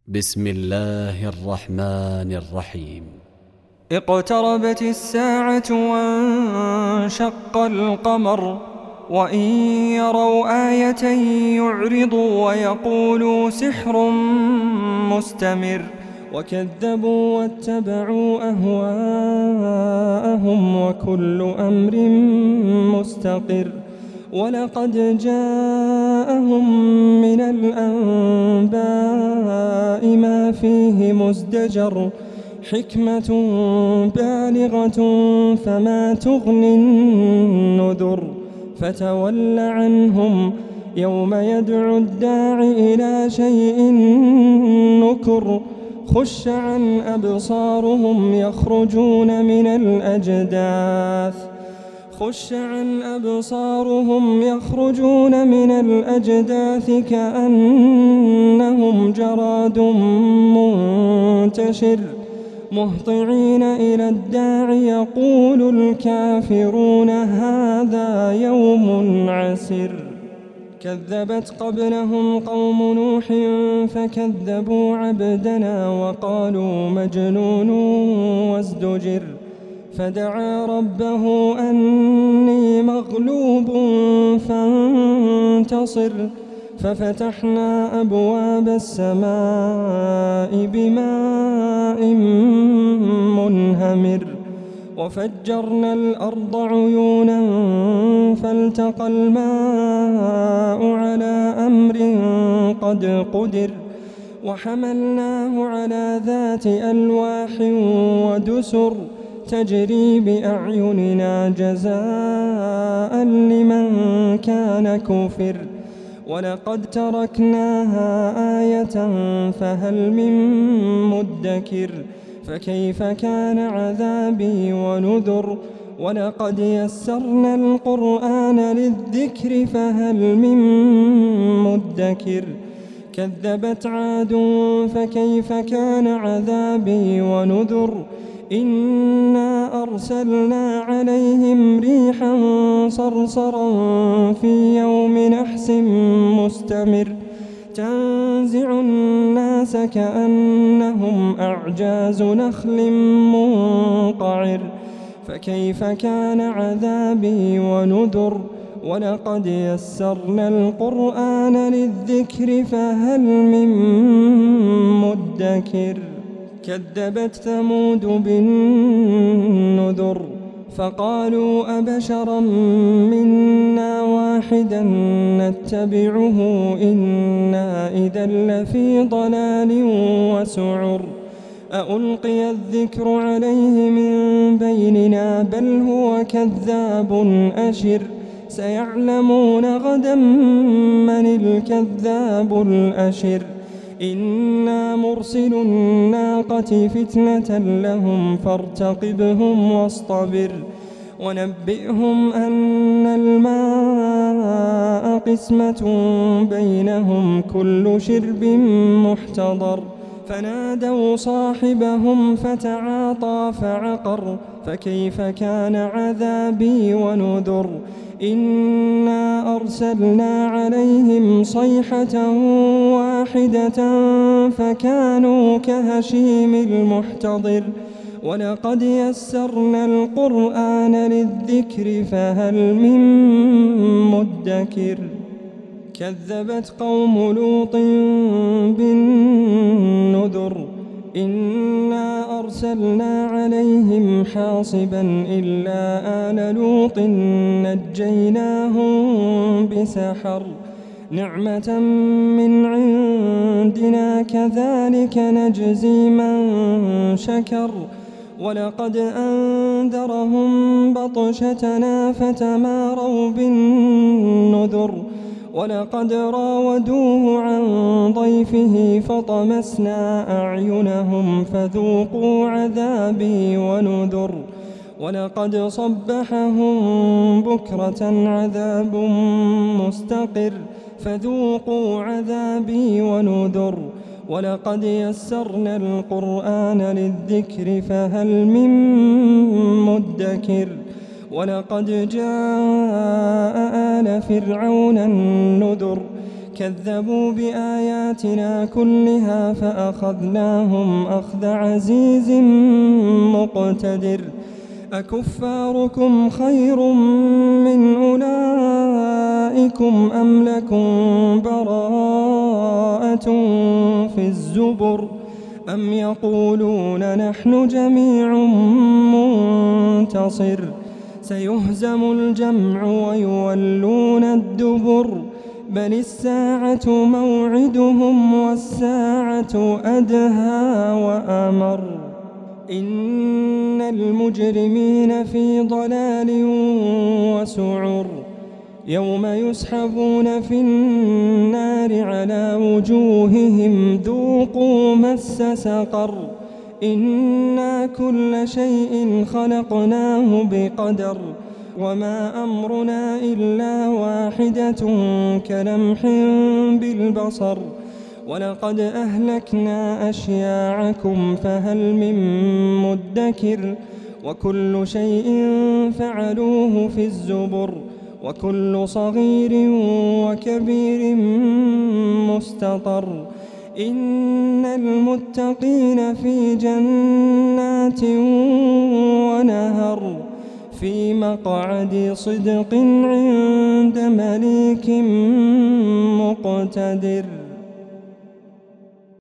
بسم الله الرحمن الرحيم. اقتربت الساعة وانشق القمر وإن يروا آية يعرضوا ويقولوا سحر مستمر وكذبوا واتبعوا أهواءهم وكل أمر مستقر ولقد جاءهم من الأنباء ما فيه مزدجر حكمة بالغة فما تغني النذر فتول عنهم يوم يدعو الداع إلى شيء نكر خش عن أبصارهم يخرجون من الأجداث كأنهم جراد منتشر مهطعين إلى الداع يقول الكافرون هذا يوم عسر كذبت قبلهم قوم نوح فكذبوا عبدنا وقالوا مجنون وازدجر فدعا ربه أني مغلوب فانتصر ففتحنا أبواب السماء بماء منهمر وفجرنا الأرض عيونا فالتقى الماء على أمر قد قدر وحملناه على ذات ألواح ودسر تجري بأعيننا جزاء لمن كان كفر ولقد تركناها آية فهل من مدكر فكيف كان عذابي ونذر ولقد يسرنا القرآن للذكر فهل من مدكر كذبت عاد فكيف كان عذابي ونذر إنا أرسلنا عليهم ريحا صرصرا في يوم نحس مستمر تنزع الناس كأنهم أعجاز نخل منقعر فكيف كان عذابي ونذر ولقد يسرنا القرآن للذكر فهل من مدكر كذبت ثمود بالنذر فقالوا أبشرا منا واحدا نتبعه إنا إذا لفي ضلال وسعر أألقي الذكر عليه من بيننا بل هو كذاب أشر سيعلمون غدا من الكذاب الأشر إنا مرسل الناقة فتنة لهم فارتقبهم واصطبر ونبئهم أن الماء قسمة بينهم كل شرب محتضر فنادوا صاحبهم فتعاطى فعقر فكيف كان عذابي ونذر إنا أرسلنا عليهم صيحة واحدة فكانوا كهشيم المحتضر ولقد يسرنا القرآن للذكر فهل من مدكر كذبت قوم لوط بالنذر إنا أرسلنا عليهم حاصبا إلا آل لوط نجيناهم بسحر نعمة من عندنا كذلك نجزي من شكر ولقد أنذرهم بطشتنا فتماروا بالنذر ولقد راودوه عن ضيفه فطمسنا أعينهم فذوقوا عذابي ونذر ولقد صبحهم بكرة عذاب مستقر فذوقوا عذابي ونذر ولقد يسرنا القرآن للذكر فهل من مدكر ولقد جاء آل فرعون النذر كذبوا بآياتنا كلها فأخذناهم أخذ عزيز مقتدر أكفاركم خير من أولئكم أم لكم براءة في الزبر أم يقولون نحن جميع منتصر سيهزم الجمع ويولون الدبر بل الساعة موعدهم والساعة أدهى وأمر إن المجرمين في ضلال وسعر يوم يسحبون في النار على وجوههم ذوقوا مس سقر إنا كل شيء خلقناه بقدر وما أمرنا إلا واحدة كلمح بالبصر ولقد أهلكنا أشياعكم فهل من مدكر وكل شيء فعلوه في الزبر وكل صغير وكبير مستطر إن المتقين في جنات ونهر في مقعد صدق عند مليك مقتدر.